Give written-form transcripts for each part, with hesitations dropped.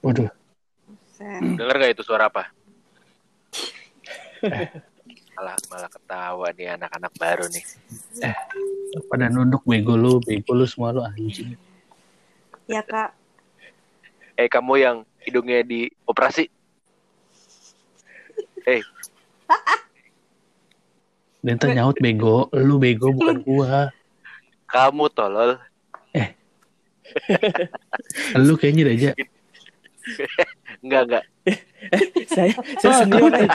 Waduh. Dengar gak itu suara apa? Malah ketawa nih anak-anak baru nih. Pada nunduk bego lu semua lu anjing. Ya Kak. Kamu yang hidungnya dioperasi. Denta nyaut bego, lu bego bukan gua. Kamu tolol. Lu kayaknya udah aja. Enggak. Saya sendiri.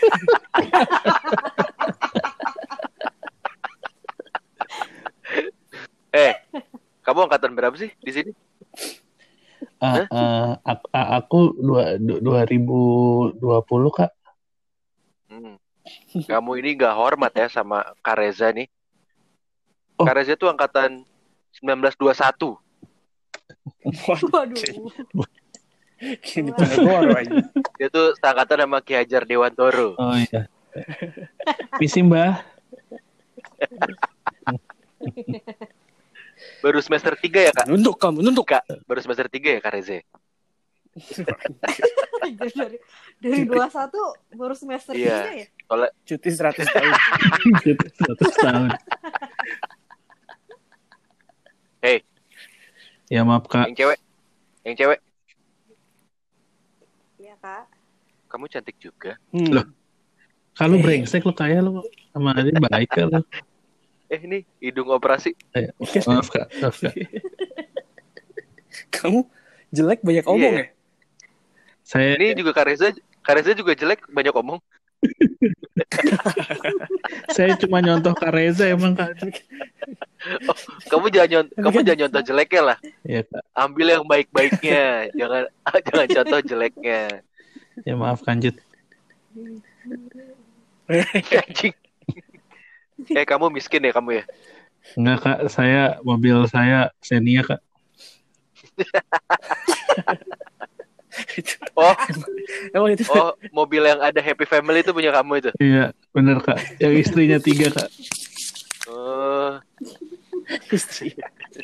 Kamu angkatan berapa sih di sini? Aku 2020 Kak. Kamu ini gak hormat ya sama Kak Reza nih. Oh. Kak Reza tuh angkatan 1921. Waduh. Kini Ponegoro aja. Dia tuh seangkatan sama Ki Hajar Dewantoro. Oh iya. Misi Mbah. Baru semester 3 ya Kak? Nunduk Kak, baru semester 3 ya Kak Reza? Dari 21 baru semester 3 ya? Soalnya cuti 100 tahun. 100 tahun. Hey. Ya maaf Kak. Yang cewek. Iya Kak. Kamu cantik juga. Loh. Kalau brengsek lo kayak lo sama aja baik kan lo. Ini hidung operasi. Maaf Kak. Kamu jelek banyak omong ya? Ini juga Kak Reza juga jelek banyak omong. Saya cuma nyontoh Kak Reza emang Kak. Kamu jangan nyontoh jeleknya lah. Iya Kak. Ambil yang baik-baiknya, jangan contoh jeleknya. Ya maaf lanjut. Anjing. Kamu miskin ya kamu ya? Enggak Kak, mobil saya Xenia Kak. Mobil yang ada Happy Family itu punya kamu itu? Iya, bener Kak. Yang istrinya 3 Kak. Istri.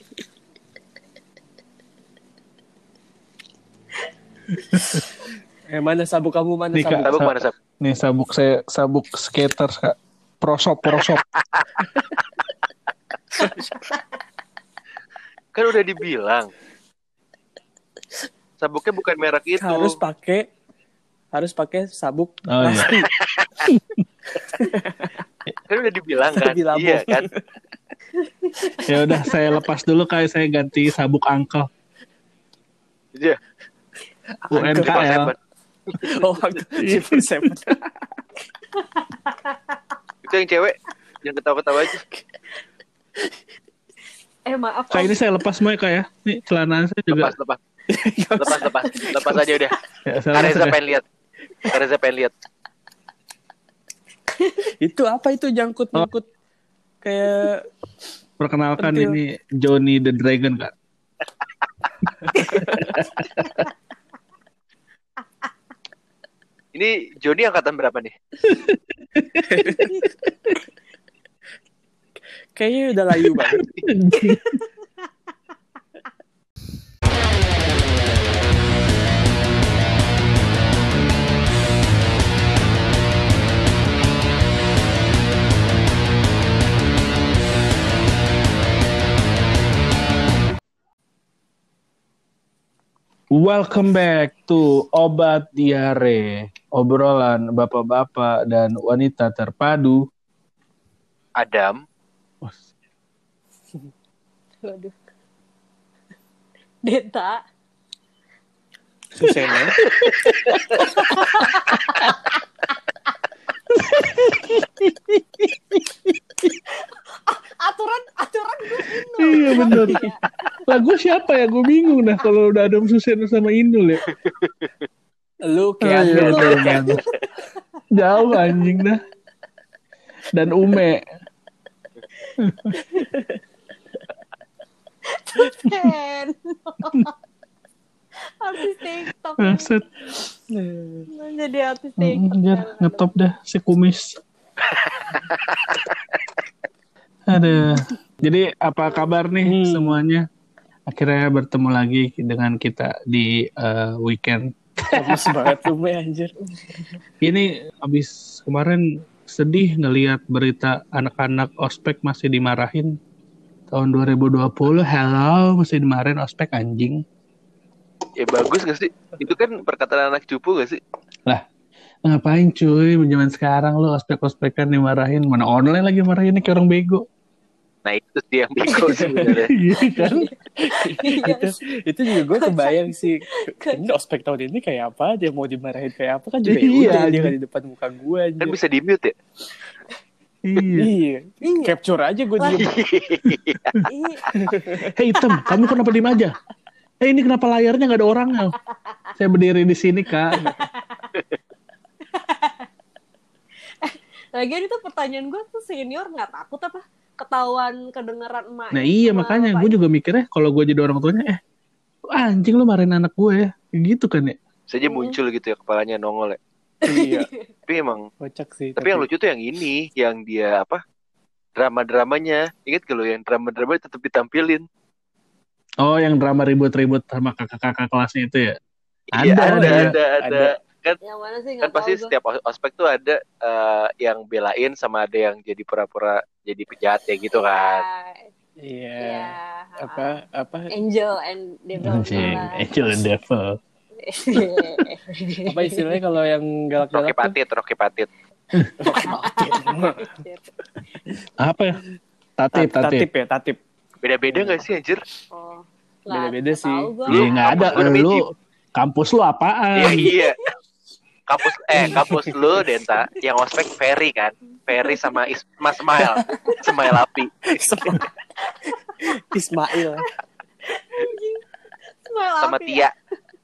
Mana sabuk kamu? Mana nih, sabuk? Kak, sabuk mana sabuk? Nih sabuk skater Kak. Prosop. Kan udah dibilang. Sabuknya bukan merek itu. Harus pakai sabuk plastik. Kan udah dibilang kan. Iya kan. Ya udah saya lepas dulu Kak, saya ganti sabuk angkel. Iya. UNKL. Triple Seven. Itu yang cewek yang ketawa-ketawa aja. Maaf. Kak ini saya lepas semua ya Kak ya. Nih celana saya juga. Lepas aja udah. Kak Reza pengen lihat. Itu apa itu jangkut kayak. Perkenalkan ini Johnny the Dragon Kak. Ini Johnny angkatan berapa nih? Kayaknya udah layu banget. Welcome back to Obat Diare, obrolan bapak-bapak dan wanita terpadu. Adam. Waduh. Denta. Susena. aturan gue Inul. Iya bener. Lah gue siapa ya? Gue bingung dah kalau udah Adam Suseno sama Inul ya. Lu kayak jauh anjing dah. Dan Ume. Artis TikTok. Maksud. Jadi artis TikTok. Ngetop dah si kumis. Ada. Jadi apa kabar nih semuanya? Akhirnya bertemu lagi dengan kita di weekend. Lemes banget lu, Me, anjir. Ini abis kemarin sedih ngelihat berita anak-anak ospek masih dimarahin. Tahun 2020, hello, masih dimarahin ospek anjing. Ya bagus gak sih? Itu kan perkataan anak cupu gak sih? Lah, ngapain cuy, zaman sekarang lo ospek-ospekan dimarahin. Mana online lagi marahinnya kayak orang bego. Nah itu dia yang bego sebenarnya. Iya kan? itu juga gue kebayang sih. Ini ospek tahun ini kayak apa? Dia mau dimarahin kayak apa kan juga Iya, udah dia anjir. kan di depan muka gue aja. Kan bisa di mute ya? Iya. Iya. Capture aja gue Lah. diem. Hei Tem, kamu kenapa diem aja? Ini kenapa layarnya nggak ada orangnya? Saya berdiri di sini kak. Lagian itu pertanyaan gue tuh senior nggak takut apa ketahuan kedengeran emak. Nah iya makanya gue juga mikirnya kalau gue jadi orang tuanya, anjing lu marahin anak gue ya, gitu kan ya. Saja muncul gitu ya kepalanya nongol ya. Iya. Tapi emang, Kocak sih. tapi yang lucu tuh yang ini, yang dia apa? Drama-dramanya. Ingat kalau yang drama-drama tetap ditampilin. Oh yang drama ribut-ribut sama kakak-kakak kelasnya itu ya? Iya, Ada. ada. Yang mana sih Kan nggak pasti tahu gue. setiap ospek tuh ada yang belain sama ada yang jadi pura-pura jadi penjahat ya gitu kan. Iya. Iya. Apa Angel and Devil. Anjing, Angel and Devil. apa istilahnya kalau yang galak-galak tuh? Rocky Patit. Apa ya? Tatip. Tatip ya, tatip. Beda-beda nggak sih anjir? Oh, Beda-beda nggak sih. tahu gua. Iya nggak ada. kampus gue namanya Lu kampus lu apaan? Iya. Kampus lu Denta yang ospek Ferry kan? Ferry sama Mas Smile Api. Ismail Smile Sama api Tia.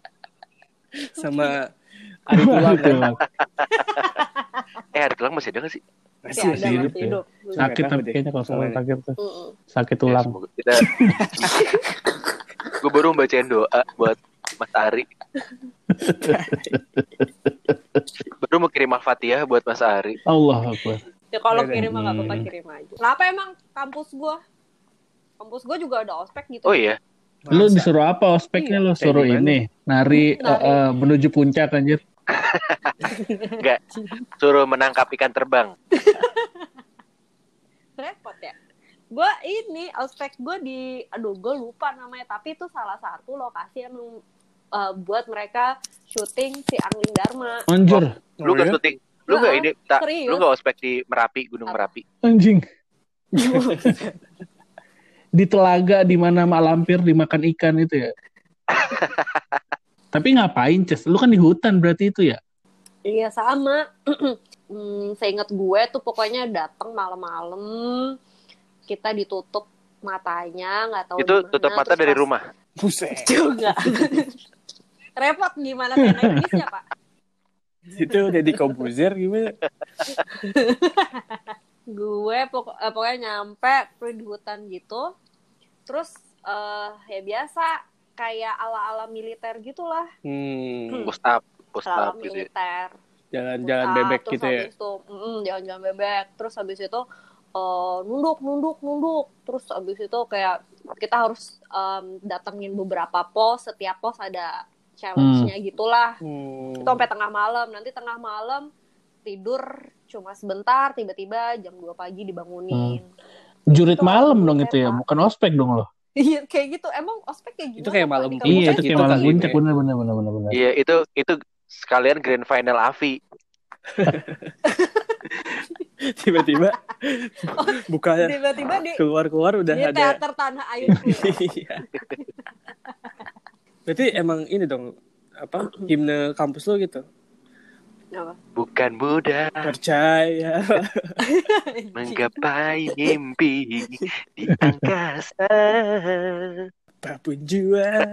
sama Ari Tulang kan? Ada tulang masih ada nggak sih? Ya, ada hidup masih ya. hidup. Sakit tapi kayaknya kalau soal sakit tuh. Sakit tulang. Semoga kita. Gue baru bacain doa buat Mas Ari. Baru mau kirim Al-Fatihah buat Mas Ari. Allah Akbar. Ya kalau kirim mah nggak apa-apa, kirim aja. Kenapa emang kampus gue? Kampus gue juga ada ospek gitu. Oh iya. Lu disuruh apa ospeknya lu? Suruh Kayak ini nari menuju puncak anjir. Enggak. Suruh menangkap ikan terbang. Repot ya. Gue ini ospek gue di, gue lupa namanya, tapi itu salah satu lokasi yang buat mereka syuting si Angling Dharma. Anjir. Lu nggak syuting? Lu nggak ini? Serius? Lu nggak ospek di Merapi, Gunung Merapi? Anjing. Di telaga di mana mak lampir dimakan ikan itu ya. Tapi ngapain, Ces? Lu kan di hutan berarti itu ya? Iya sama. Seingat gue tuh pokoknya datang malam-malam, kita ditutup matanya, nggak tahu Itu dimana, tutup mata terus dari pas- rumah. Buset. juga. Repot gimana tenda Inggrisnya Pak? Itu Deddy Kobuzer gimana? Gue pokoknya nyampe di hutan gitu, terus ya biasa kayak ala-ala militer gitulah, Post ala up gitu ya. militer. Jalan-jalan Push up, bebek terus gitu ya. habis itu, jalan-jalan bebek, terus habis itu nunduk, terus habis itu kayak kita harus datengin beberapa pos, setiap pos ada challenge-nya gitulah. Itu sampai tengah malam, nanti tengah malam tidur cuma sebentar, tiba-tiba jam 2 pagi dibangunin. Jurit Itu malam orang dong militer, itu ya, Pak. bukan ospek dong lo. Iya kayak gitu, emang ospek kayak gimana? Itu kayak Pak, malam di puncak Iya kampus itu gitu kayak malam kali, puncak, Bre. bener. Iya, itu sekalian grand final Avi. Tiba-tiba buka tiba-tiba di keluar udah di ada. teater Tanah Air. Iya. Berarti emang ini dong apa himne kampus lo gitu. Apa? Bukan mudah Percaya. menggapai mimpi di angkasa. Apapun jua.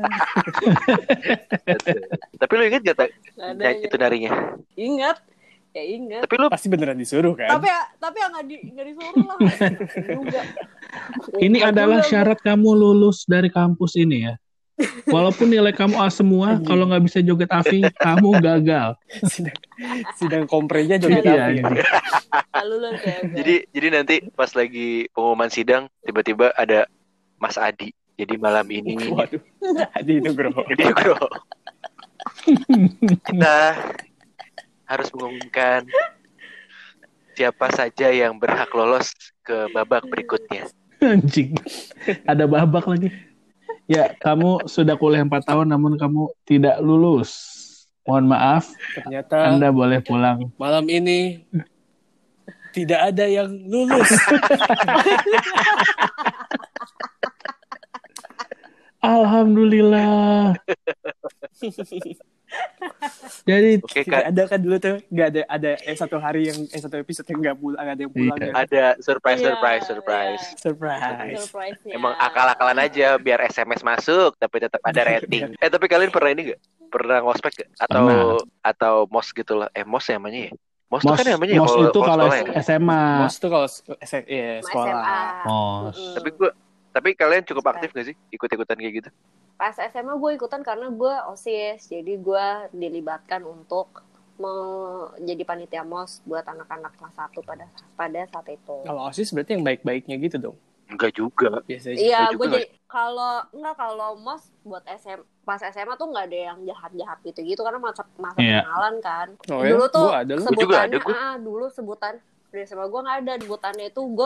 Tapi lu inget gak Nggak ada itu narinya? Ingat. Tapi lu Pasti beneran disuruh kan? Tapi nggak disuruh lah. Juga. Ini Nggak adalah juga, syarat kamu lulus dari kampus ini ya. Walaupun nilai kamu A semua, kalau nggak bisa joget Afi, kamu gagal. Sidang komprenya joget Iya, apa ya? anjing. Lalu lah kayak jadi nanti pas lagi pengumuman sidang tiba-tiba ada Mas Adi Jadi malam ini Waduh. Adi Nugroho. kita harus mengumumkan siapa saja yang berhak lolos ke babak berikutnya. Anjing. Ada babak lagi. Ya, kamu sudah kuliah 4 tahun namun kamu tidak lulus. Mohon maaf, Ternyata Anda boleh pulang. malam ini tidak ada yang lulus. Alhamdulillah. Jadi Oke Tidak Kak, ada kan dulu tuh, nggak ada satu hari yang satu episode yang nggak pulang, ada yang pulang. Iya. Kan? ada surprise. Surprise. Surprise-nya. Emang akal-akalan aja biar SMS masuk tapi tetap ada rating. Tapi kalian pernah ini gak? Pernah ngospek gak? Atau mos gitu lah. Mos namanya ya? Mos tuh kan namanya ya Mos itu kalau sekolah ya? SMA. Mos tuh kalau sekolah. SMA. Mos. Tapi kalian cukup aktif gak sih ikut-ikutan kayak gitu? Pas SMA gue ikutan karena gue OSIS, jadi gue dilibatkan untuk jadi panitia MOS buat anak-anak kelas 1 pada saat itu. Kalau OSIS berarti yang baik-baiknya gitu dong. Enggak juga. Biasanya. Iya, juga gue nggak? jadi kalau MOS buat pas SMA tuh nggak ada yang jahat-jahat gitu karena masa Iya. kenalan kan. Oh ya? Dulu tuh Gua ada loh. Gua juga ada, sebutannya dulu sebutan di SMA gue nggak ada, sebutannya itu gue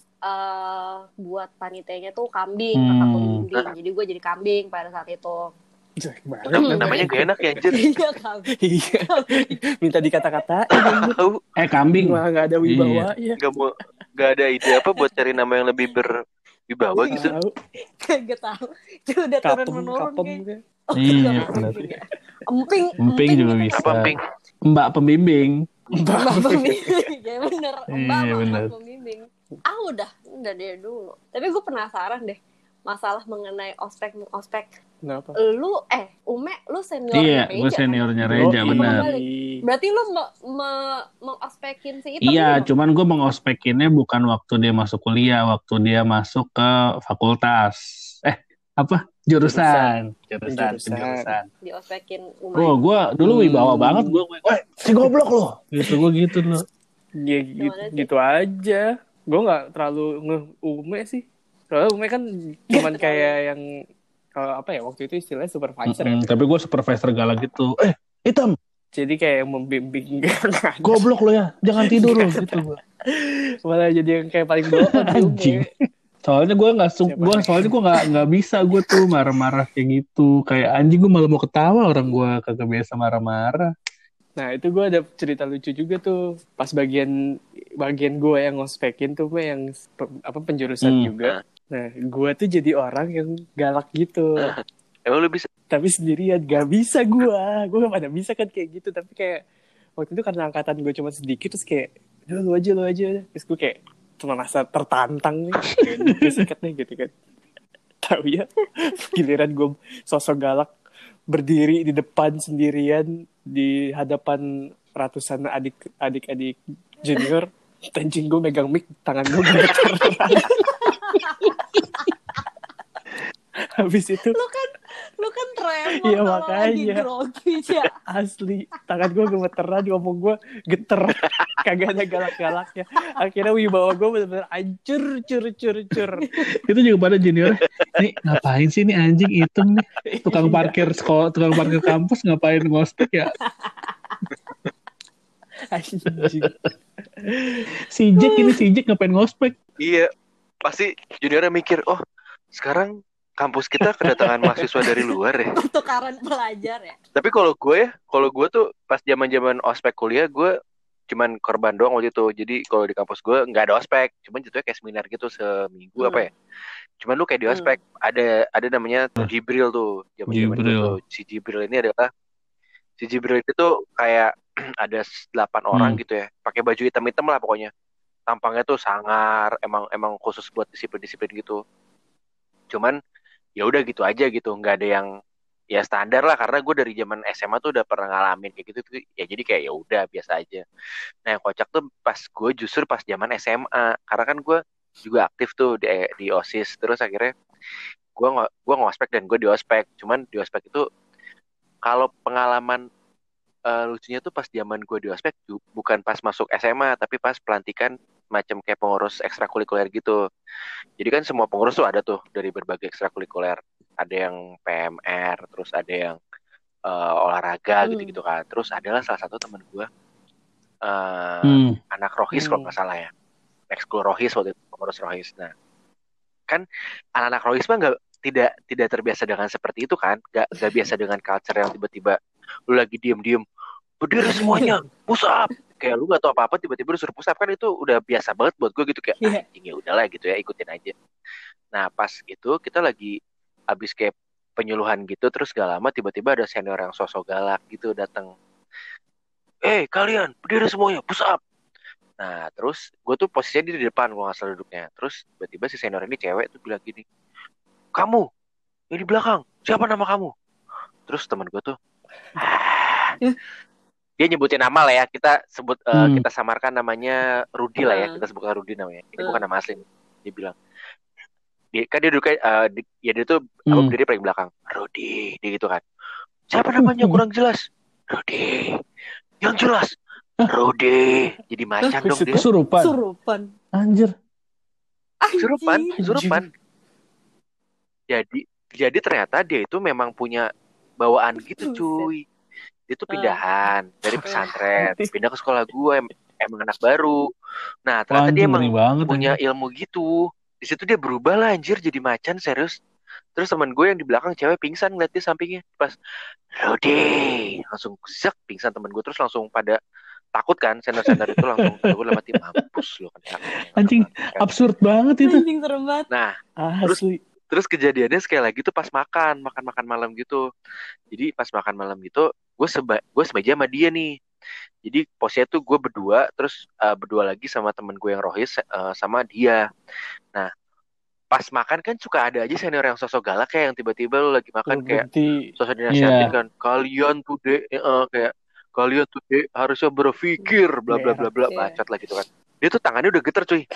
buat panitianya tuh kambing, kakak pembimbing. Jadi gue jadi kambing pada saat itu. Namanya gak enak ya anjir. Iya, kambing. Iya. Minta dikata-kata. Tahu Kambing. Malah nggak ada wibawa ya. Gak ada ide apa buat cari nama yang lebih berwibawa gitu. Tahu. Gak tahu. Itu udah turun-menurun Kapem kayak. gitu. Iya, Enggak, benar. kambing ya. Emping juga gitu. bisa. Apa ping? Mbak pembimbing. Mbak pembimbing. Ya bener. Mbak Iya, bener. pembimbing. Udah dari dulu. Tapi gue penasaran deh masalah mengenai ospek. Kenapa? Ume, lu senior Iya, Reja, gue kan? seniornya Reja, Oh, benar. kebalik. Berarti lu mengospekin si itu? Iya, cuman gue mengospekinnya bukan waktu dia masuk kuliah, waktu dia masuk ke fakultas. Jurusan. Diospekin Ume. Oh, gue dulu wibawa banget gue. Si goblok lo. Gitu lo. Ya, gitu aja. Gue nggak terlalu nge-Ume sih. Soalnya Ume kan cuman kayak yang waktu itu istilahnya supervisor ya. Tapi gue supervisor galak gitu. Hitam. Jadi kayak yang membimbing. Goblok lo ya. Jangan tidur lo gitu gue. Malah jadi yang kayak paling bawah di Anjing. Ume. Soalnya gue nggak bisa gue tuh marah-marah kayak gitu. Kayak anjing gue malah mau ketawa, orang gue kagak biasa marah-marah. Nah itu gue ada cerita lucu juga tuh. Pas bagian gue yang ngospekin tuh yang penjurusan juga. Nah gue tuh jadi orang yang galak gitu. Emang lu bisa? Tapi sendirian gak bisa gue gak pada bisa kan kayak gitu. Tapi kayak waktu itu karena angkatan gue cuma sedikit, terus kayak lu aja. Terus gue kayak merasa tertantang nih, kayak sikat nih gitu kan. Tahu ya, giliran gue sosok galak berdiri di depan sendirian di hadapan ratusan adik-adik junior, anjing gue megang mic, tangan gue gemeter. Habis itu lu kan tremor iya, kalau makanya. lagi grogi ya. Asli, tangan gue gemeteran, ngomong gue geter, kagak ada galak-galaknya. Akhirnya wibawa gue bener-bener hancur, cur. Itu juga pada junior. Nih ngapain sih nih anjing hitam nih? Tukang parkir sekolah, tukang parkir kampus ngapain ngospek ya? Anjing. Si Jack ngapain ngospek? Iya, pasti juniornya mikir, oh sekarang kampus kita kedatangan mahasiswa dari luar ya. Tukaran pelajar ya. Tapi kalau gue tuh pas zaman ospek kuliah, gue cuman korban doang waktu itu. Jadi kalau di kampus gue nggak ada ospek, cuman jatuhnya kayak seminar gitu seminggu apa ya. Cuman lu kayak di ospek ada namanya Jibril tuh. Zaman itu si Jibril itu kayak ada 8 orang gitu ya, pakai baju hitam-hitam lah pokoknya. Tampangnya tuh sangar, emang khusus buat disiplin gitu. Cuman ya udah gitu aja gitu, nggak ada yang ya standar lah, karena gue dari zaman SMA tuh udah pernah ngalamin kayak gitu tuh, ya jadi kayak ya udah biasa aja. Nah yang kocak tuh justru pas zaman SMA, karena kan gue juga aktif tuh di OSIS, terus akhirnya gue ngospek dan gue di ospek. Cuman di ospek itu kalau pengalaman lucunya tuh pas zaman gue di ospek bukan pas masuk SMA, tapi pas pelantikan macam kayak pengurus ekstrakurikuler gitu. Jadi kan semua pengurus tuh ada tuh dari berbagai ekstrakurikuler. Ada yang PMR, terus ada yang olahraga gitu-gitu kan. Terus adalah salah satu teman gue anak Rohis kalau nggak salah ya. Ekskul Rohis waktu itu, pengurus Rohis. Nah, kan anak-anak Rohis mah tidak terbiasa dengan seperti itu kan. Nggak biasa dengan culture yang tiba-tiba lu lagi diem-diem berdiri semuanya push up, kayak lu nggak tahu apa-apa tiba-tiba lu suruh push up, kan itu udah biasa banget buat gue gitu, kayak anjing ya udahlah gitu ya, ikutin aja. Nah pas itu kita lagi abis kayak penyuluhan gitu, terus gak lama tiba-tiba ada senior yang sosok galak gitu datang, kalian berdiri semuanya push up. Nah terus gue tuh posisinya di depan, gue nggak salah duduknya. Terus tiba-tiba si senior ini cewek tuh bilang gini, kamu yang di belakang siapa nama kamu? Terus teman gue tuh dia nyebutin nama lah ya, kita sebut kita samarkan namanya Rudi lah ya, kita sebutkan Rudi namanya. Ini bukan nama asli. Dia bilang, dia duduk ya dia tuh berdiri paling belakang. Rudi, dia gitu kan. Siapa namanya kurang jelas? Rudi. Yang jelas. Rudi. Jadi macan dong dia. Kesurupan. Anjir. Kesurupan. Jadi ternyata dia itu memang punya bawaan gitu cuy. Dia tuh pindahan dari pesantren, pindah ke sekolah gue, emang anak baru. Nah ternyata dia emang punya ilmu gitu. Di situ dia berubah lah anjir, jadi macan serius. Terus teman gue yang di belakang cewek pingsan ngeliat dia sampingnya. Pas Rodi langsung zak pingsan teman gue, terus langsung pada takut kan, senior-senior itu langsung gue dalam hati mampus lu kan. Anjing absurd banget itu. Anjing serem banget. Nah terus kejadiannya sekali lagi tuh pas makan malam gitu. Jadi pas makan malam gitu gue semeja sama dia nih. Jadi posnya tuh gue berdua, terus berdua lagi sama temen gue yang Rohis sama dia. Nah pas makan kan suka ada aja senior yang sosok galak, kayak yang tiba-tiba lu lagi makan kayak sosok dinasihatin kan, kalian tuh kayak kalian tuh harusnya berpikir bla bla bla bla, bacot lah gitu kan. Dia tuh tangannya udah geter cuy.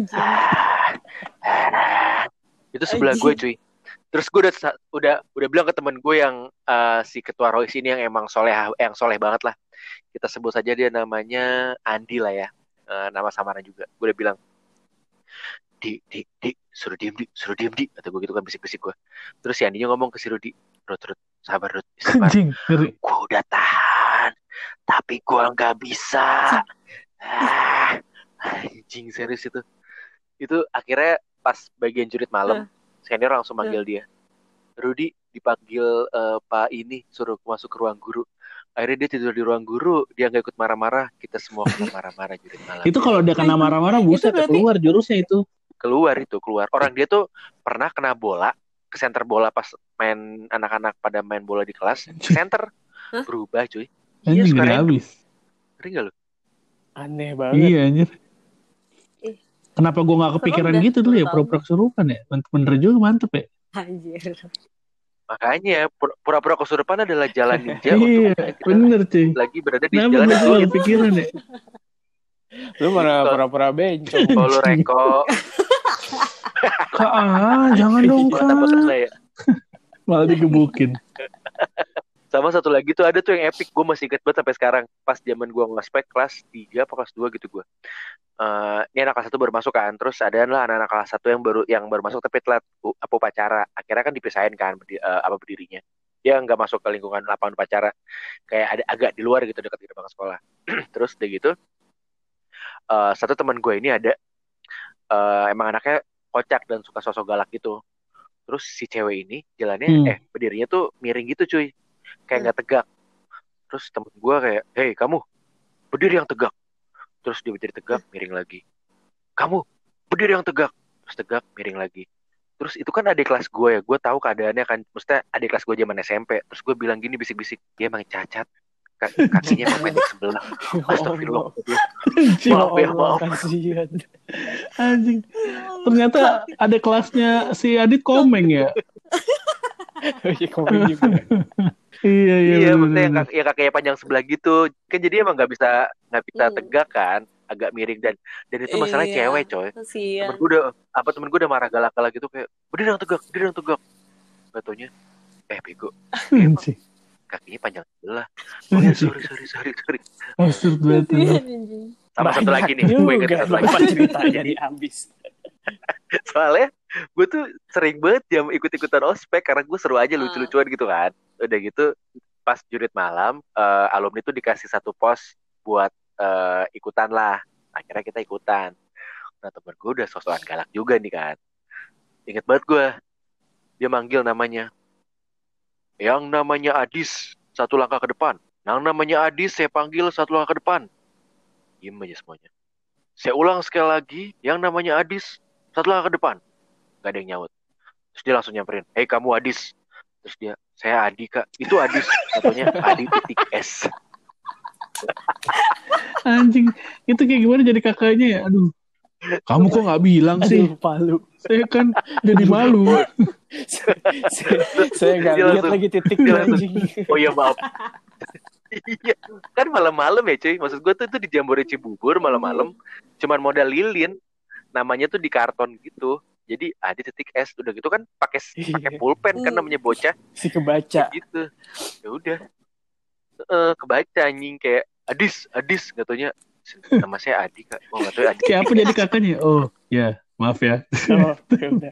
Itu sebelah gue cuy. Terus gue udah bilang ke temen gue yang si ketua Rohis ini yang emang soleh banget lah. Kita sebut saja dia namanya Andi lah ya. Nama samaran juga. Gue udah bilang, di suruh diem di, kata gue gitu kan, bisik-bisik gue. Terus si Andinya ngomong ke si Rudi, Rud, sabar Rud, sabar. Gue udah tahan, tapi gue nggak bisa. Anjing serius itu. Itu akhirnya pas bagian jurit malam, senior langsung manggil dia. Rudi dipanggil Pak ini, suruh masuk ke ruang guru. Akhirnya dia tidur di ruang guru, dia nggak ikut marah-marah. Kita semua kena marah-marah jurit malam. Itu kalau dia kena marah-marah, buset keluar jurusnya itu. Keluar. Orang dia tuh pernah kena bola, ke center bola pas main, anak-anak pada main bola di kelas, ke center. Berubah cuy. Iya suka habis. Ngeri gak lu? Aneh banget. Iya anjir. Kenapa gue gak kepikiran gitu dulu ya, pura-pura kesurupan ya? Bener juga, mantep ya. Anjir. Makanya pura-pura kesurupan adalah jalan ninja untuk kita bener, cuy. Lagi berada di jalan itu. Kenapa kepikiran ya? Lu mana pura-pura bencong. Kalau lu reko. Jangan dong Kak. Ya. Malah digebukin. Sama satu lagi tuh ada tuh yang epic, gue masih inget banget sampai sekarang. Pas zaman gue ngospek kelas 3 apa kelas 2 gitu gue. Ini anak kelas 1 baru masuk kan, terus ada lah anak-anak kelas 1 yang baru masuk tapi telat upacara. Akhirnya kan dipisahin kan berdirinya. Dia nggak masuk ke lingkungan lapangan upacara, kayak ada agak di luar gitu, dekat gerbang sekolah. Terus udah gitu, satu teman gue ini ada emang anaknya kocak dan suka sosok galak gitu. Terus si cewek ini jalannya berdirinya tuh miring gitu cuy, kayak nggak tegak. Terus temen gue kayak, hei kamu berdiri yang tegak. Terus dia berdiri tegak, miring lagi. Kamu berdiri yang tegak. Terus tegak, miring lagi. Terus itu kan adik kelas gue ya, gue tahu keadaannya kan, maksudnya adik kelas gue zaman SMP. Terus gue bilang gini bisik-bisik, dia emang cacat, kakinya emang pendek sebelah. Astagfirullah. Maaf. Kasihan. Anjing. Ternyata ada kelasnya si Adit Komeng ya. Iya Komeng juga. Iya, maksudnya yang kakinya panjang sebelah gitu. Kan jadi emang nggak bisa tegak kan, agak miring dan itu masalah cewek coy. Temen gue udah marah galak-galak gitu kayak berdiri yang tegak. Gak taunya bego. Kakinya panjang sebelah. Oh ya sorry. Absurd banget. Sama satu lagi nih, gue inget satu lagi. Cerita jadi habis. Soalnya gue tuh sering banget jam ikut-ikutan ospek karena gue seru aja lucu-lucuan gitu kan. Udah gitu pas jurit malam alumni tuh dikasih satu pos buat ikutan lah. Akhirnya kita ikutan. Nah temen gue udah sosokan galak juga nih kan. Ingat banget gue. Dia manggil namanya. Yang namanya Adis, 1 langkah ke depan. Yang namanya Adis saya panggil 1 langkah ke depan. Diem aja semuanya. Saya ulang sekali lagi. Yang namanya Adis, 1 langkah ke depan. Gak ada yang nyaut. Terus dia langsung nyamperin. Hei kamu Adis. Terus dia, saya Adi kak. Itu Adis. Katanya Adi.S. Anjing, itu kayak gimana jadi kakaknya ya? Aduh. Kamu kok nggak bilang sih? Palu. Saya kan jadi malu. Saya nggak lihat lagi titik anjing. Oh iya maaf. Iya, kan malam-malam ya cuy. Maksud gue tuh itu di Jambore Cibubur malam-malam. Cuman modal lilin. Namanya tuh di karton gitu. Jadi Adi.S udah gitu kan pakai pulpen kan namanya bocah. Si kebaca. Gitu. Ya udah. Kebaca anjing kayak Adis nggak taunya nama saya Adi kak. Oh nggak tahu Adi. Kayak apa jadi kakaknya? Oh ya maaf ya. Oh, udah.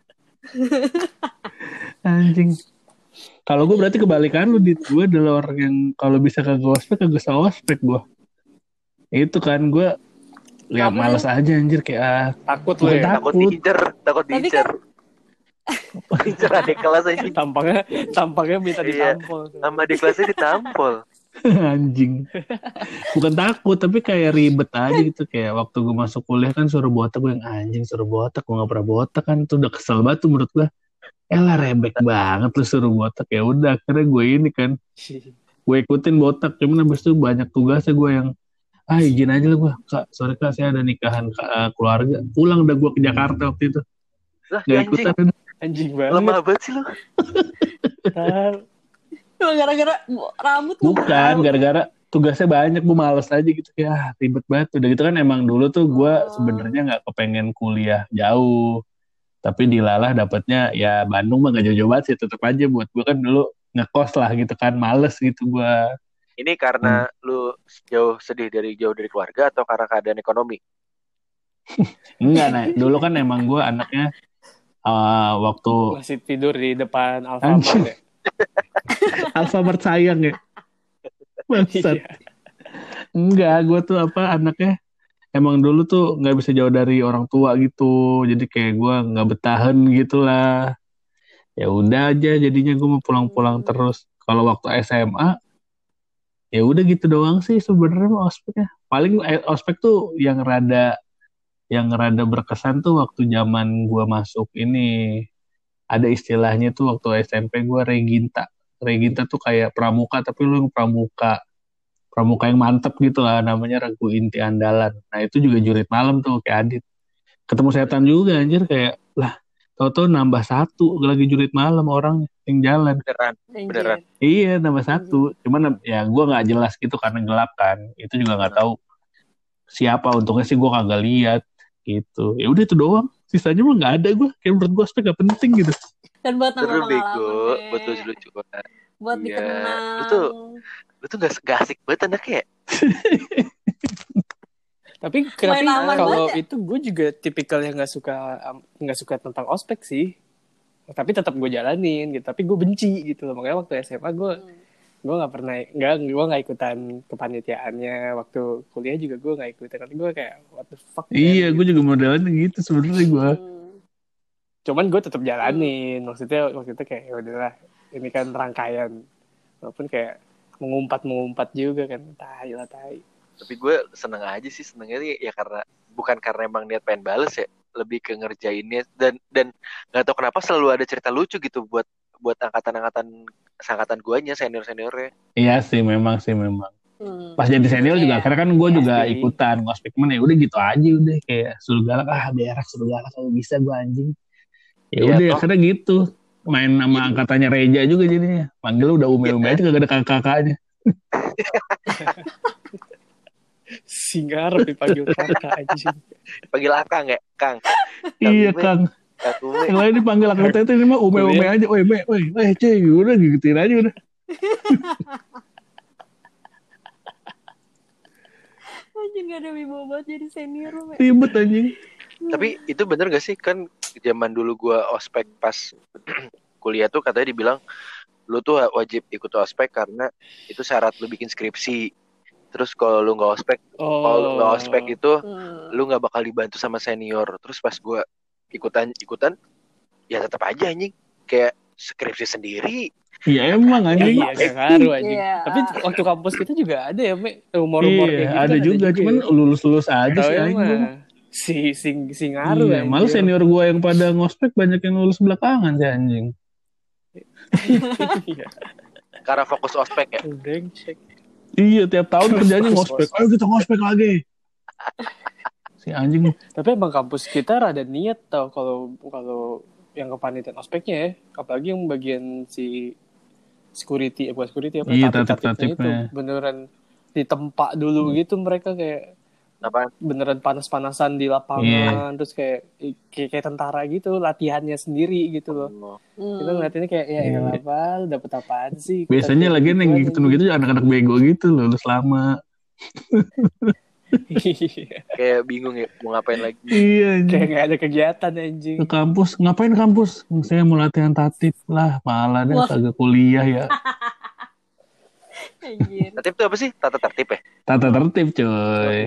Anjing. Kalau gue berarti kebalikan lu, gue adalah orang yang kalau bisa kagak ospek gue. Itu kan gue ya malas aja anjir kayak takut lu ya. Takut diincer. Diincer adik kelas aja. Tampangnya minta ditampol. Sama adik kelasnya ditampol. Anjing. Bukan takut tapi kayak ribet aja gitu. Kayak waktu gue masuk kuliah kan suruh botak, gue yang anjing suruh botak, gue gak pernah botak kan. Itu udah kesel banget tuh menurut gue. Elah rebek banget lu suruh botak. Ya udah akhirnya gue ini kan gue ikutin botak. Cuman abis itu banyak tugasnya gue yang izin aja lah gue. Kak sorry kak saya ada nikahan keluarga. Pulang udah gue ke Jakarta waktu itu. Gak ikutan. Anjing banget. Lemah banget sih lu. Gara-gara rambut. Bukan gara-gara tugasnya banyak, gue males aja gitu. Ya ribet banget. Udah gitu kan emang dulu tuh gue sebenarnya gak kepengen kuliah jauh. Tapi dilalah dapetnya ya Bandung mah gak jauh-jauh banget sih. Tetep aja buat gue kan dulu ngekos lah gitu kan. Males gitu gue. Ini karena lu jauh dari keluarga atau karena keadaan ekonomi? Enggak, nah dulu kan emang gue anaknya waktu masih tidur di depan Alfamart ya. Alfamart sayang ya. Bangsat. Enggak, gue tuh anaknya emang dulu tuh nggak bisa jauh dari orang tua gitu. Jadi kayak gue nggak betahan gitulah. Ya udah aja jadinya gue mau pulang-pulang terus. Kalau waktu SMA ya udah gitu doang sih sebenarnya ospeknya. Paling ospek tuh yang rada berkesan tuh waktu zaman gue masuk ini. Ada istilahnya tuh waktu SMP gue Reginta. Reginta tuh kayak pramuka tapi lu pramuka yang mantep gitu lah, namanya Regu Inti Andalan. Nah itu juga jurit malam tuh kayak Adit. Ketemu setan juga anjir kayak lah tau-tau nambah 1 lagi jurit malam orang yang jalan. Beneran. Iya nambah 1. Cuman ya gue nggak jelas gitu karena gelap kan. Itu juga nggak tahu siapa, untungnya sih gue kagak lihat gitu. Ya udah itu doang. Sisanya mah nggak ada gue. Kayak menurut gue ospek nggak penting gitu. Dan buat seru nambah bego, pengalaman. buat lucu banget. Buat dikenang. Lu tuh gak asik banget anaknya ya. Tapi kalau itu gue juga tipikal yang nggak suka tentang ospek sih. Tapi tetap gue jalanin gitu. Tapi gue benci gitu loh. Makanya waktu SMA gue nggak ikutan kepanitiaannya. Waktu kuliah juga gue nggak ikutan. Nanti gue kayak what the fuck. Iya, gue juga modelnya gitu sebenarnya gue. Cuman gue tetap jalanin. Maksudnya waktu itu kayak udahlah. Ini kan rangkaian. Walaupun kayak mengumpat juga kan. Tai. Tapi gue senengnya ya karena bukan karena emang niat pengen bales ya, lebih ke ngerjainnya dan nggak tahu kenapa selalu ada cerita lucu gitu buat angkatan guanya seniornya. Iya sih memang. Pas jadi senior juga akhirnya kan gue juga ikutan ngospek, ya udah gitu aja udah kayak suruh galak kalau bisa gue anjing. Ya udah akhirnya gitu main sama angkatannya Reja juga jadinya, panggil udah ume aja kagak ada kakaknya. Singar dipanggil kakak aja. Panggil Akang ya, Kang. Iya Kang. Yang lain dipanggil Akang itu ini mah ume aja. Woi, cuy, udah gituin aja udah. Anjing gak ada wibawa banget jadi senior. Ribet anjing. Tapi itu bener gak sih? Kan zaman dulu gue ospek pas kuliah tuh katanya dibilang lu tuh wajib ikut ospek karena itu syarat lu bikin skripsi. Terus kalau lu nggak ospek, kalau lu nggak ospek itu lu nggak bakal dibantu sama senior. Terus pas gue ikutan, ya tetap aja anjing kayak skripsi sendiri. Iya emang anjing. Iya gak ngaruh anjing. Iya. Tapi waktu kampus kita juga ada ya, rumor-rumor kayak gitu ada kan juga, cuman ya. lulus aja sih Tahu anjing. si ngaruh Iya, malah senior gue yang pada ngospek banyak yang lulus belakangan sih anjing. Iya. Karena fokus ospek ya. Brengsek. Iya, tiap tahun kerjanya ngospek. Ayo kita ngospek lagi. Si anjing. Tapi emang kampus kita rada niat tau kalau yang kepanitiaan ospeknya ya, apalagi yang bagian si security, bukan security apa? Iya, tatip-tatipnya itu tatip-tatipnya. beneran ditempa dulu gitu mereka kayak Apa? beneran panas-panasan di lapangan, terus kayak tentara gitu, latihannya sendiri gitu loh. Kita ngeliatinnya kayak ya apa, lu dapet apaan sih? Biasanya lagi yang gitu anak-anak bego gitu lulus lama. Kayak bingung ya mau ngapain lagi. Iya anjing. Kayak gak ada kegiatan anjing. Ke kampus, ngapain kampus? Saya mau latihan tatip lah, malah deh kagak kuliah ya. Tatip itu apa sih? Tata tertib ya? Tata tertib coy.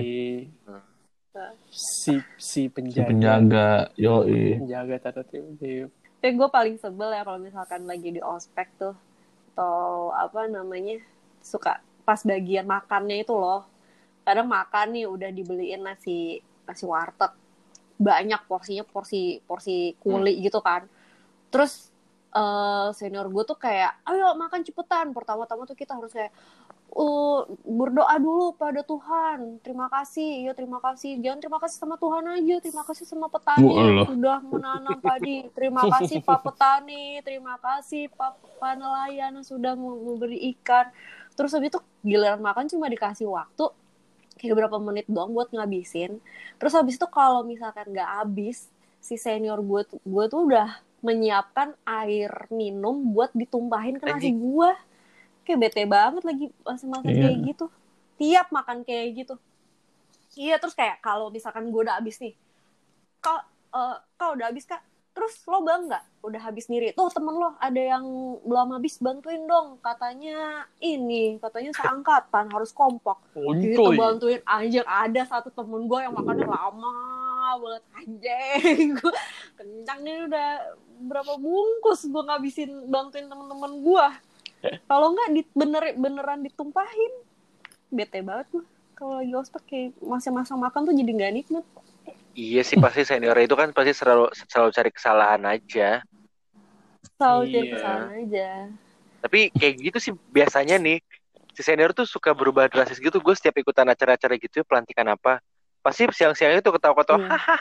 Si penjaga. Penjaga, yoi. Penjaga tata tertib. Tapi gue paling sebel ya kalau misalkan lagi di ospek tuh, atau apa namanya, suka pas bagian makannya itu loh. Kadang makan nih udah dibeliin nasi warteg, banyak porsinya porsi kuli gitu kan. Terus senior gue tuh kayak ayo makan cepetan. Pertama-tama tuh kita harus kayak berdoa dulu pada Tuhan, terima kasih, jangan terima kasih sama Tuhan aja, terima kasih sama petani yang sudah menanam padi, terima kasih Pak Petani, terima kasih Pak nelayan yang sudah memberi ikan. Terus habis itu giliran makan cuma dikasih waktu kayak berapa menit doang buat ngabisin. Terus habis itu kalau misalkan nggak habis, si senior gue tuh udah menyiapkan air minum buat ditumpahin ke nasi gue. Kayak bete banget lagi masa-masa kayak gitu. Tiap makan kayak gitu. Iya, terus kayak kalau misalkan gue udah habis nih, kau udah habis Kak? Terus lo bang nggak? Udah habis sendiri. Tuh temen lo ada yang belum habis, bantuin dong. Katanya seangkatan harus kompak. Gitu bantuin anjing. Ada satu temen gue yang makannya lama banget anjing. Gue kencang nih udah berapa bungkus gue ngabisin bantuin temen-temen gue. Kalau nggak beneran ditumpahin. Bete banget gue. Kalau lagi ospek kayak masa-masa makan tuh jadi nggak nikmat. Iya sih, pasti senior itu kan pasti selalu cari kesalahan aja. Cari kesalahan aja. Tapi kayak gitu sih biasanya nih, si senior tuh suka berubah drastis gitu. Gue setiap ikutan acara-acara gitu, pelantikan apa, pasti siang-siang itu ketawa-ketawa.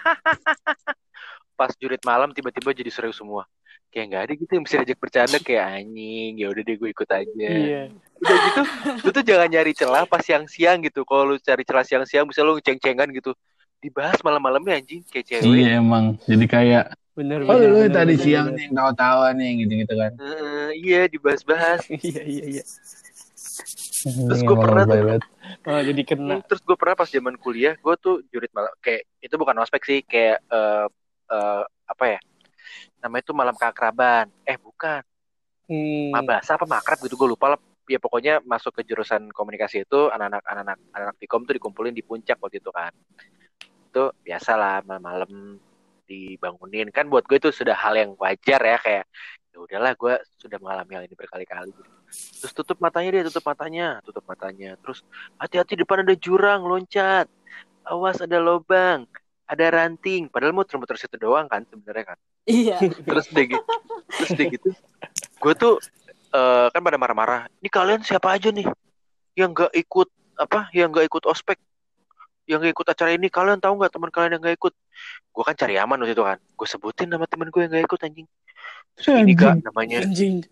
Pas jurit malam tiba-tiba jadi serius semua. Kayak nggak ada gitu yang bisa diajak bercanda, kayak anjing. Ya udah deh gue ikut aja. Udah gitu, lu tuh jangan nyari celah pas siang-siang gitu. Kalau lu cari celah siang-siang, bisa lu ceng-cengan gitu. Dibahas malam-malamnya anjing kayak cewek. Iya emang. Jadi kayak lu tadi siang nih tawa-tawa nih gitu-gitu kan. Iya dibahas-bahas. Iya. Terus gue pernah tuh jadi kena. Terus gue pernah pas zaman kuliah, gue tuh jurit malam kayak itu bukan ospek sih, kayak apa ya? Namanya tuh malam keakraban. Bukan. Mabasa apa makrab gitu, gue lupa lah. Ya pokoknya masuk ke jurusan komunikasi itu anak-anak Vkom tuh dikumpulin di puncak waktu itu kan. Itu biasalah malam-malam dibangunin, kan buat gue itu sudah hal yang wajar ya, kayak ya udahlah gue sudah mengalami hal ini berkali-kali gitu. Terus tutup matanya, terus hati-hati depan ada jurang, loncat, awas ada lubang, ada ranting, padahal muter-muter situ doang kan sebenarnya kan. Iya. Terus deh gitu gue tuh kan pada marah-marah, ini kalian siapa aja nih yang nggak ikut ospek, yang gak ikut acara ini, kalian tahu nggak teman kalian yang gak ikut? Gue kan cari aman waktu itu kan, gue sebutin nama teman gue yang gak ikut anjing. Terus ini Kak namanya anjing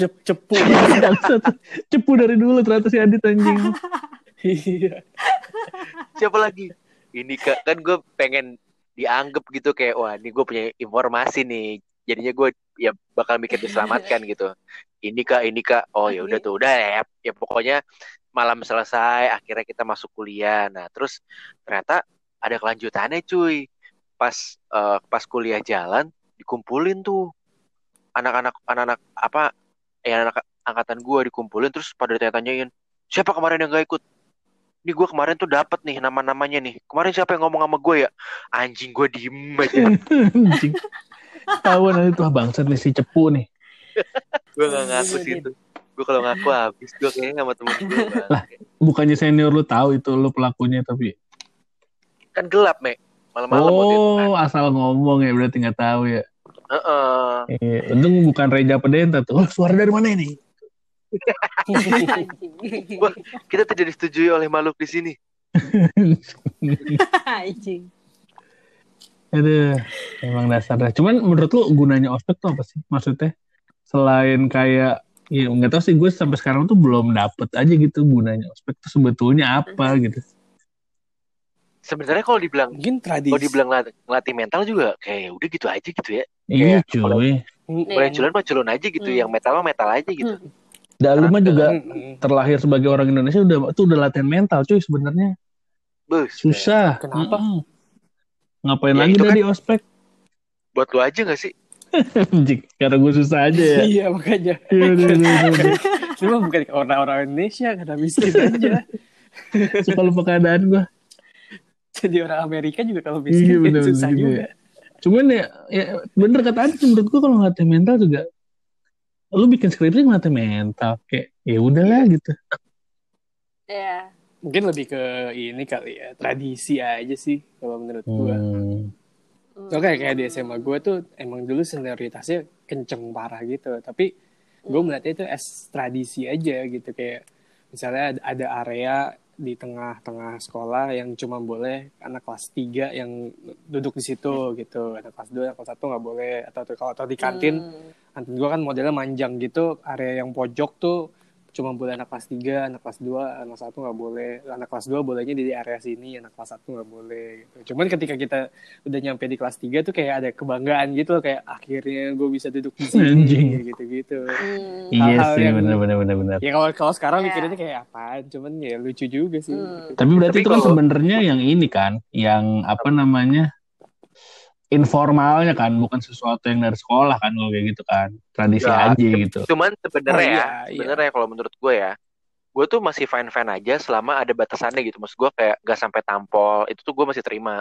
cepu dari dulu ternyata si Adit anjing. Iya. Siapa lagi? Ini Kak, kan gue pengen dianggap gitu kayak wah ini gue punya informasi nih, jadinya gue ya bakal mikir diselamatkan gitu. Ini kak, oh ya udah tuh udah ya pokoknya malam selesai, akhirnya kita masuk kuliah. Nah, terus ternyata ada kelanjutannya cuy. Pas kuliah jalan dikumpulin tuh anak-anak apa ya, anak angkatan gue dikumpulin, terus pada tanya-tanyain siapa kemarin yang gak ikut. Ini gue kemarin tuh dapet nih nama-namanya nih. Kemarin siapa yang ngomong sama gue ya? Anjing, gue diem aja. Anjing. Tahu nanti tuh bangsat nih si Cepu nih. Gue gak ngaku sih itu. Gue kalau ngaku habis gue kayaknya sama temen gue. Lah, bukannya senior lu tahu itu lu pelakunya tapi. Kan gelap, Mek. Malam-malam waktu itu kan. Oh, asal ngomong ya berarti nggak tahu ya. Heeh. Untung bukan Reja Pedenta tuh. Oh, suara dari mana ini? Wah, kita tidak disetujui oleh makhluk di sini. Anjing. Aduh, emang dasar dah. Cuman menurut lu gunanya ospek tuh apa sih? Maksudnya selain kayak, ya nggak tahu sih, gue sampai sekarang tuh belum dapet aja gitu gunanya ospek tuh sebetulnya apa gitu. Sebenarnya kalau dibilang Mungkin tradisi. ngelatih mental juga kayak udah gitu aja gitu ya. Iya Kayak kalau cuy. yang culun mah culun aja gitu, yang metal mah metal aja gitu. Dan lu mah juga terlahir sebagai orang Indonesia udah latihan mental cuy sebenarnya. Susah. Kenapa? Ngapain Ya, lagi itu kan dari ospek? buat lu aja gak sih? Anjing, karena gue susah aja ya. Iya makanya. Cuma bukan orang-orang Indonesia, karena miskin aja. Suka lupa keadaan gue. Jadi orang Amerika juga kalau miskin bener, susah bener, juga. Cuman ya bener kata Adi, menurut gue kalau ngelatih mental juga, lu bikin skripsi ngelatih mental kayak ya udahlah gitu. Iya. Mungkin lebih ke ini kali ya, tradisi aja sih kalau menurut gue. So kayak di SMA gue tuh emang dulu senioritasnya kenceng parah gitu, tapi gue melihatnya itu as tradisi aja gitu, kayak misalnya ada area di tengah-tengah sekolah yang cuma boleh anak kelas 3 yang duduk di situ gitu, anak kelas 2, anak kelas 1 nggak boleh, atau di kantin gue kan modelnya manjang gitu, area yang pojok tuh cuma boleh anak kelas 3, anak kelas 2, anak 1 nggak boleh, anak kelas 2 bolehnya di area sini, anak kelas 1 nggak boleh gitu. Cuman ketika kita udah nyampe di kelas 3 tuh kayak ada kebanggaan gitu, kayak akhirnya gue bisa duduk di sini gitu-gitu. Iya sih, benar. Ya kalau sekarang mikirnya kayak apaan, cuman ya lucu juga sih. Tapi berarti itu kan sebenarnya yang ini kan, yang apa namanya, informalnya kan, bukan sesuatu yang dari sekolah kan, kalau kayak gitu kan, tradisi aja gitu. Cuman sebenarnya kalau menurut gue ya, gue tuh masih fine aja selama ada batasannya gitu. Maksud gue kayak gak sampai tampol, itu tuh gue masih terima,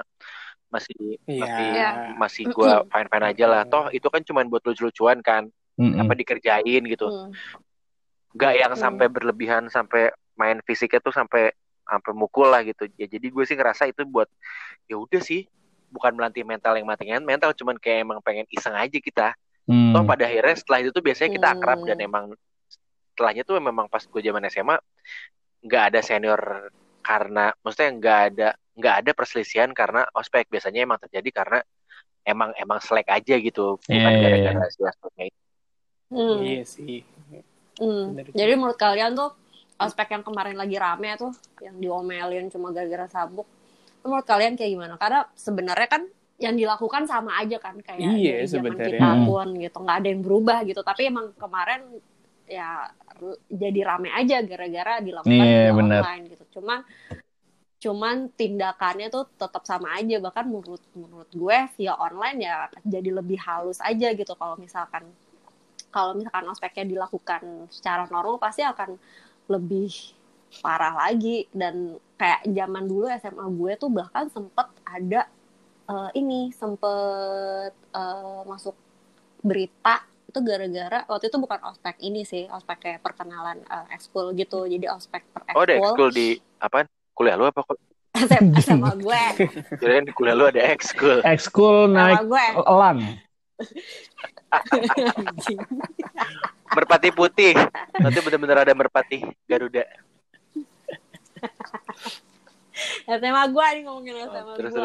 masih gue fine aja lah. Toh itu kan cuman buat lucu-lucuan kan, apa dikerjain gitu. Gak yang sampai berlebihan, sampai main fisiknya tuh sampai mukul lah gitu. Ya jadi gue sih ngerasa itu buat ya udah sih, bukan melatih mental yang matiin mental, cuman kayak emang pengen iseng aja kita. Toh pada akhirnya setelah itu tuh biasanya kita akrab, dan emang setelahnya tuh memang pas gue zaman SMA nggak ada senior, karena maksudnya nggak ada perselisihan karena ospek. Biasanya emang terjadi karena emang selek aja gitu, bukan gara-gara si ospeknya itu. Iya sih. Jadi menurut kalian tuh ospek yang kemarin lagi rame tuh, yang diomelin cuma gara-gara sabuk, menurut kalian kayak gimana? Karena sebenarnya kan yang dilakukan sama aja kan, kayak dari zaman kita pun gitu, nggak ada yang berubah gitu. Tapi emang kemarin ya jadi rame aja gara-gara dilakukan via online gitu. Cuman tindakannya tuh tetap sama aja. Bahkan menurut gue via online ya jadi lebih halus aja gitu. Kalau misalkan ospeknya dilakukan secara normal pasti akan lebih parah lagi. Dan kayak zaman dulu SMA gue tuh bahkan sempet ada masuk berita itu gara-gara waktu itu bukan ospek ini sih, ospek kayak perkenalan ekskul gitu. Jadi ospek per ekskul. Oh, ada ekskul di apa? Kuliah lu apa kok? SMA gue. Kirain di kuliah lu ada ekskul. Ekskul naik elang. Merpati putih. Nanti benar-benar ada merpati Garuda. SMA gue nih, ngomongin SMA gue.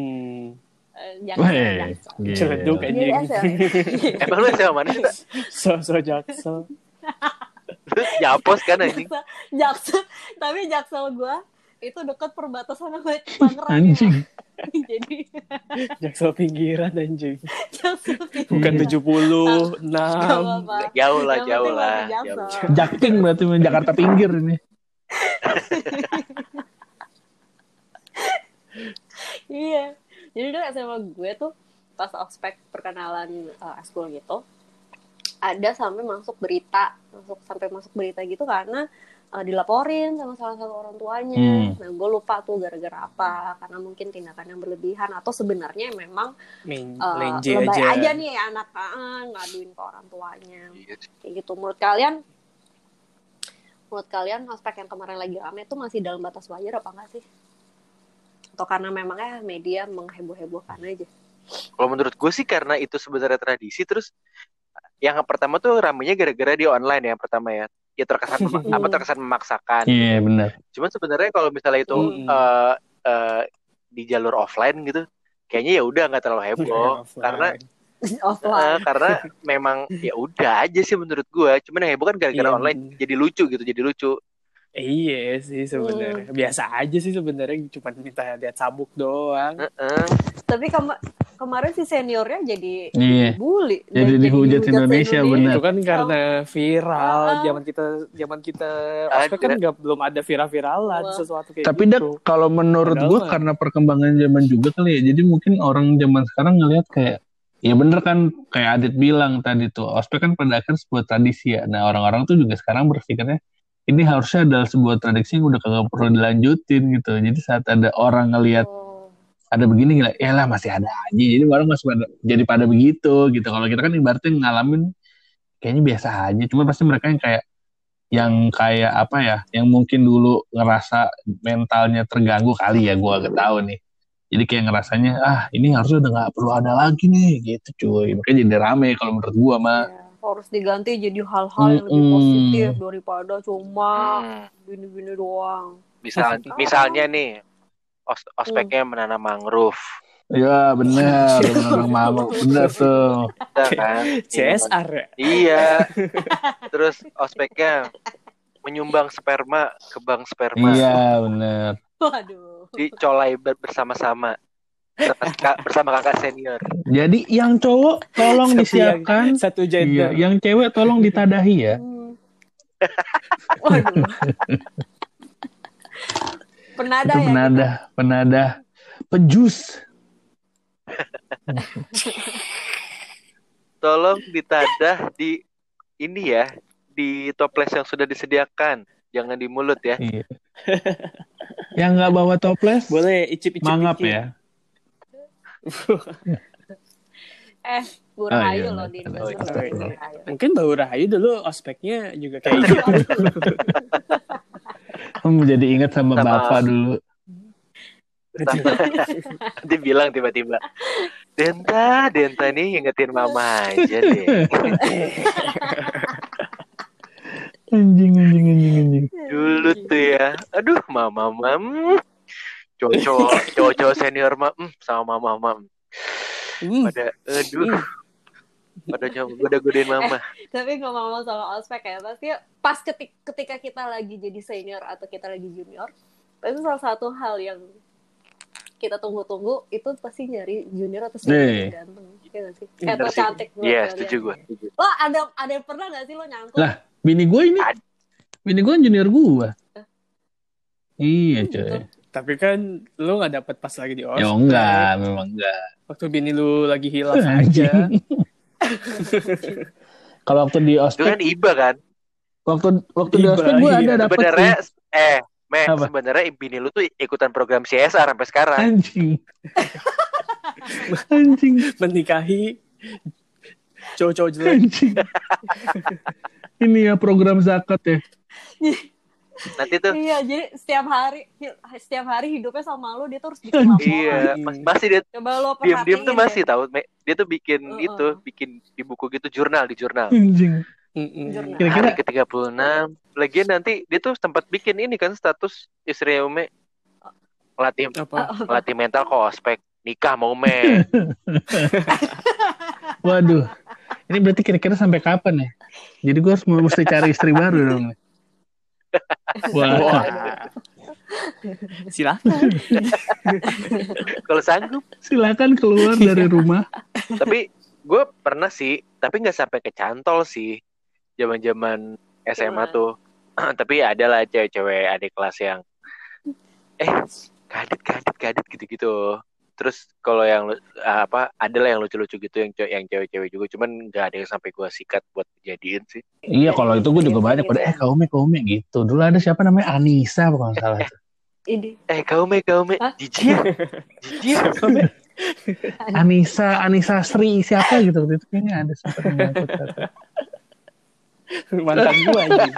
Celeduk aja. Emang lu SMA mana sih? So Jaksel. Japos kan anjing. Jaksel, tapi Jaksel gue itu dekat perbatasan sama Tangerang. Anjing. Jadi Jaksel pinggiran anjing. Jaksel bukan 76. Jauh lah. Jakting berarti Jakarta pinggir ini. Iya. Jadi dulu SMA gue tuh pas ospek perkenalan eskul gitu, ada sampai masuk berita gitu karena dilaporin sama salah satu orang tuanya. Nah, gue lupa tuh gara-gara apa, karena mungkin tindakan yang berlebihan atau sebenarnya memang lebay aja nih anak ngaduin ke orang tuanya. Kayak gitu. Menurut kalian ospek yang kemarin lagi rame itu masih dalam batas wajar apa enggak sih? Atau karena memangnya media mengheboh-hebohkan aja? Kalau menurut gue sih karena itu sebenarnya tradisi, terus yang pertama tuh ramenya gara-gara di online yang pertama ya. Ya terkesan memaksakan. Iya, benar. Cuman sebenarnya kalau misalnya itu di jalur offline gitu, kayaknya ya udah nggak terlalu heboh karena memang ya udah aja sih menurut gue. Cuman yang heboh kan gara-gara online jadi lucu. Iya sih sebenarnya. Biasa aja sih sebenarnya, cuma minta lihat sabuk doang. Tapi kemarin si seniornya jadi bully. Jadi dihujat Indonesia, benar. Itu kan karena viral. Zaman kita ospek kan belum ada viral-viralan sesuatu kayak tapi gitu. Tapi kalau menurut gue karena perkembangan zaman juga kali ya. Jadi mungkin orang zaman sekarang ngelihat kayak, ya bener kan kayak Adit bilang tadi tuh, ospek kan pada akhirnya sebuah tradisi ya. Nah, orang-orang tuh juga sekarang berpikirnya ini harusnya adalah sebuah tradisi yang udah kagak perlu dilanjutin gitu. Jadi saat ada orang ngelihat ada begini, gila, ya lah masih ada aja. Jadi orang masih pada begitu gitu. Kalau kita kan ibaratnya ngalamin kayaknya biasa aja. Cuma pasti mereka yang kayak apa ya, yang mungkin dulu ngerasa mentalnya terganggu kali ya, gue agak tahu nih. Jadi kayak ngerasanya ini harusnya udah nggak perlu ada lagi nih gitu cuy. Makanya jadi rame kalau menurut gue mah. Harus diganti jadi hal-hal yang lebih positif daripada cuma gini-gini doang. Misalnya nih ospeknya menanam mangrove. Ya benar, menanam mangrove, benar tuh. Kan? CSR ya? Iya. Terus ospeknya menyumbang sperma ke bank sperma. Iya benar. Waduh. Dicolai bersama-sama. Bersama kakak senior. Jadi yang cowok tolong disiapkan satu gender. Iya, yang cewek tolong ditadahi ya. Waduh. Penadah, pejus. Tolong ditadah di ini ya, di toples yang sudah disediakan, jangan di mulut ya. Iya. Yang nggak bawa toples boleh icip mangap ya. Bu Rahayu loh di mungkin Mbak Rahayu dulu ospeknya juga kayak gitu. Jadi ingat sama Bapak dulu. Nanti bilang tiba-tiba, Denta nih ingetin mama aja deh. Anjing. Dulu tuh ya, aduh mama cowok senior sama mama pada goda-godain mama. Tapi ngomong sama ospek ya, pasti pas ketika kita lagi jadi senior atau kita lagi junior, itu salah satu hal yang kita tunggu-tunggu itu pasti nyari junior atau senior ganteng, ya nggak sih? Atau cantik. Iya, setuju gue. Lo ada yang pernah nggak sih lo nyangkut? Lah, bini gue junior gue. Iya coy. Tapi kan lu nggak dapet pas lagi di ospek. Ya enggak, memang enggak. Waktu bini lu lagi hilaf aja. Kalau waktu di ospek itu kan iba kan. Waktu di ospek gue ada dapet. Sebenarnya bini lu tuh ikutan program CSR sampai sekarang. Anjing. Menikahi cowok-cowok jelek. Anjing. Ini ya program zakat ya. Nanti tuh iya, jadi setiap hari hidupnya sama lo, dia tuh harus bikin laporan. Iya, masih dia coba lo diam-diam tuh masih tahu dia tuh bikin bikin di buku gitu, di jurnal. Anjing. Kira-kira hari ke-36 lagian nanti dia tuh sempat bikin ini kan status istri Ume latih mental ke ospek, nikah mau Ume. Waduh. Ini berarti kira-kira sampai kapan ya? Jadi gue harus mesti cari istri baru dong. Wah. Silakan. Kalau sanggup silakan keluar dari rumah. Tapi gue pernah sih, tapi nggak sampai kecantol sih. Zaman-zaman SMA tuh. Tapi adalah cewek-cewek adik kelas yang kadit gitu-gitu. Terus kalau yang ada lah yang lucu-lucu gitu yang cewek-cewek juga, cuman nggak ada yang sampai gue sikat buat jadiin sih. Iya, kalau itu gue juga banyak pada kaume gitu. Dulu ada siapa namanya Anissa kalau nggak salah. Ini. Kaume. Jijik. Anissa Sri siapa gitu waktu itu kayaknya ada sempat nyangkut satu. Mantan gue anjing.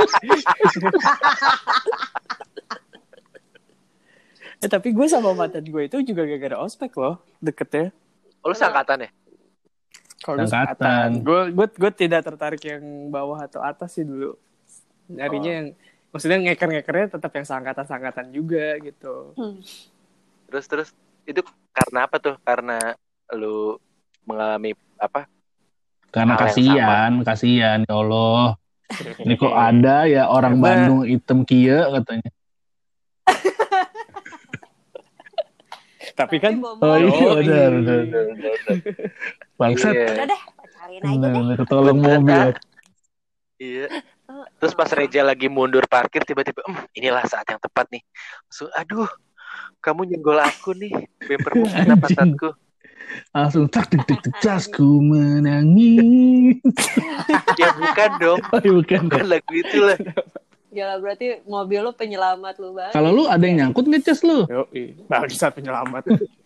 Tapi gue sama mantan gue itu juga gak ada ospek loh deketnya. Oh, lu seangkatan ya? Kalau seangkatan, gue tidak tertarik yang bawah atau atas sih dulu. Nyarinya yang maksudnya ngekernya tetap yang seangkatan juga gitu. Terus itu karena apa tuh? Karena lu mengalami apa? Karena kasihan ya Allah. Ini kok ada ya orang Bandung hitam kia katanya. Tapi kan benar. Bangsat. Udah deh, pacarin aja deh. Ketolong mobil. Iya. Terus pas Reja lagi mundur parkir tiba-tiba, inilah saat yang tepat nih. Langsung, aduh, kamu nyenggol aku nih, bemper mukena pantatku. Langsung tak ku menangis. Ya bukan dong. Bukan lagu itu lah. Ya berarti mobil lu penyelamat lu banget. Kalau lu ada yang nyangkut ngecas lu? Bisa penyelamat.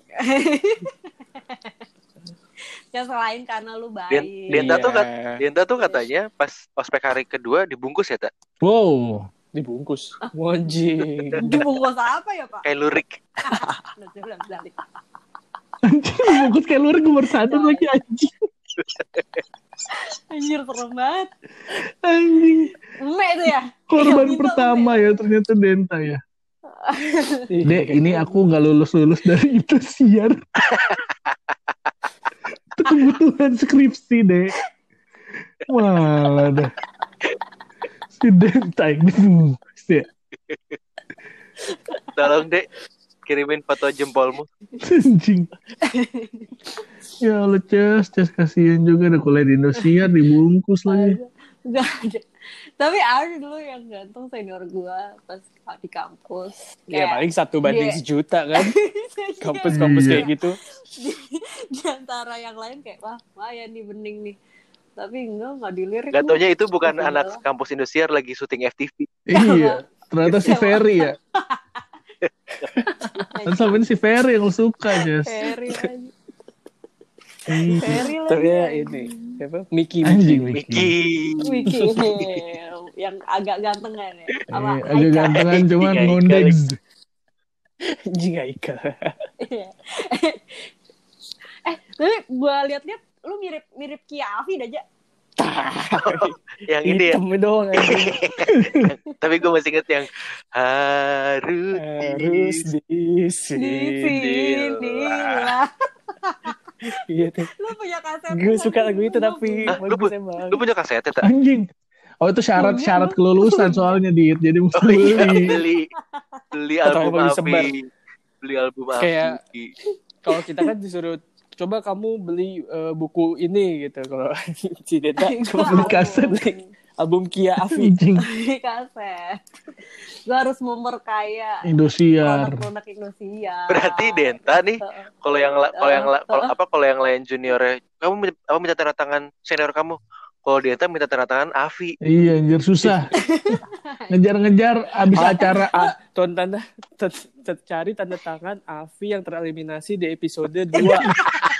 Ya selain karena lu baik. Denta tuh katanya pas ospek hari kedua dibungkus ya, Tak? Wow, dibungkus. Anjing. Dibungkus apa ya, Pak? Kayak lurik. Anjing dibungkus kayak lurik, gue baru sadar lagi anjing. Anjir serem banget. Anjing. Emek itu ya. Korban pertama ya ternyata Denta ya. Dek, ini aku nggak lulus dari itu siar. Itu kebutuhan skripsi, Dek. Malah dah. Si Denta ini bungkus ya. Tolong, Dek, kirimin foto jempolmu. Anjing. Ya Allah, Ces kasihan juga ada kuliah di Indosiar dibungkus lagi. Enggak ada. Tapi ada dulu yang ganteng senior gua pas di kampus. Ya paling 1 banding 1 juta kan. Kampus-kampus kayak gitu. Di antara yang lain kayak wah lumayan nih bening nih. Tapi enggak dilirik. Gak taunya itu bukan anak kampus Indosiar lagi syuting FTV. Iya, ternyata si Ferry ya. Dan sampai si Ferry yang lu suka, Jess. Ferry aja. Tapi ya ini siapa? Mickey. Yang agak ganteng kan ya? Agak gantengan cuman ngondeks. Anjing Aika. Tapi gue liat-liat lu mirip Kiafi aja. Yang ini ya. Hitam doang anjing. Tapi gue masih inget yang harus di sini lah. Iya tuh. Lu punya kaset. Gue suka lagu itu tapi lu punya kaset ya, Tak? Anjing. Oh itu syarat kelulusan soalnya Jadi mesti beli album Afi. Beli album Afi. Kayak kalau kita kan disuruh coba kamu beli buku ini gitu. Kalau si Deta cuma beli kaset album Kia Afi. Beli kaset. Gue harus memperkaya Indosiar. Produk Indosiar. Berarti Denta nih kalau yang lain juniornya kamu minta tanda tangan senior kamu. Kalau Denta minta tanda tangan Afi. Iya anjir susah. Ngejar abis acara cari tanda tangan Afi yang tereliminasi di episode 2.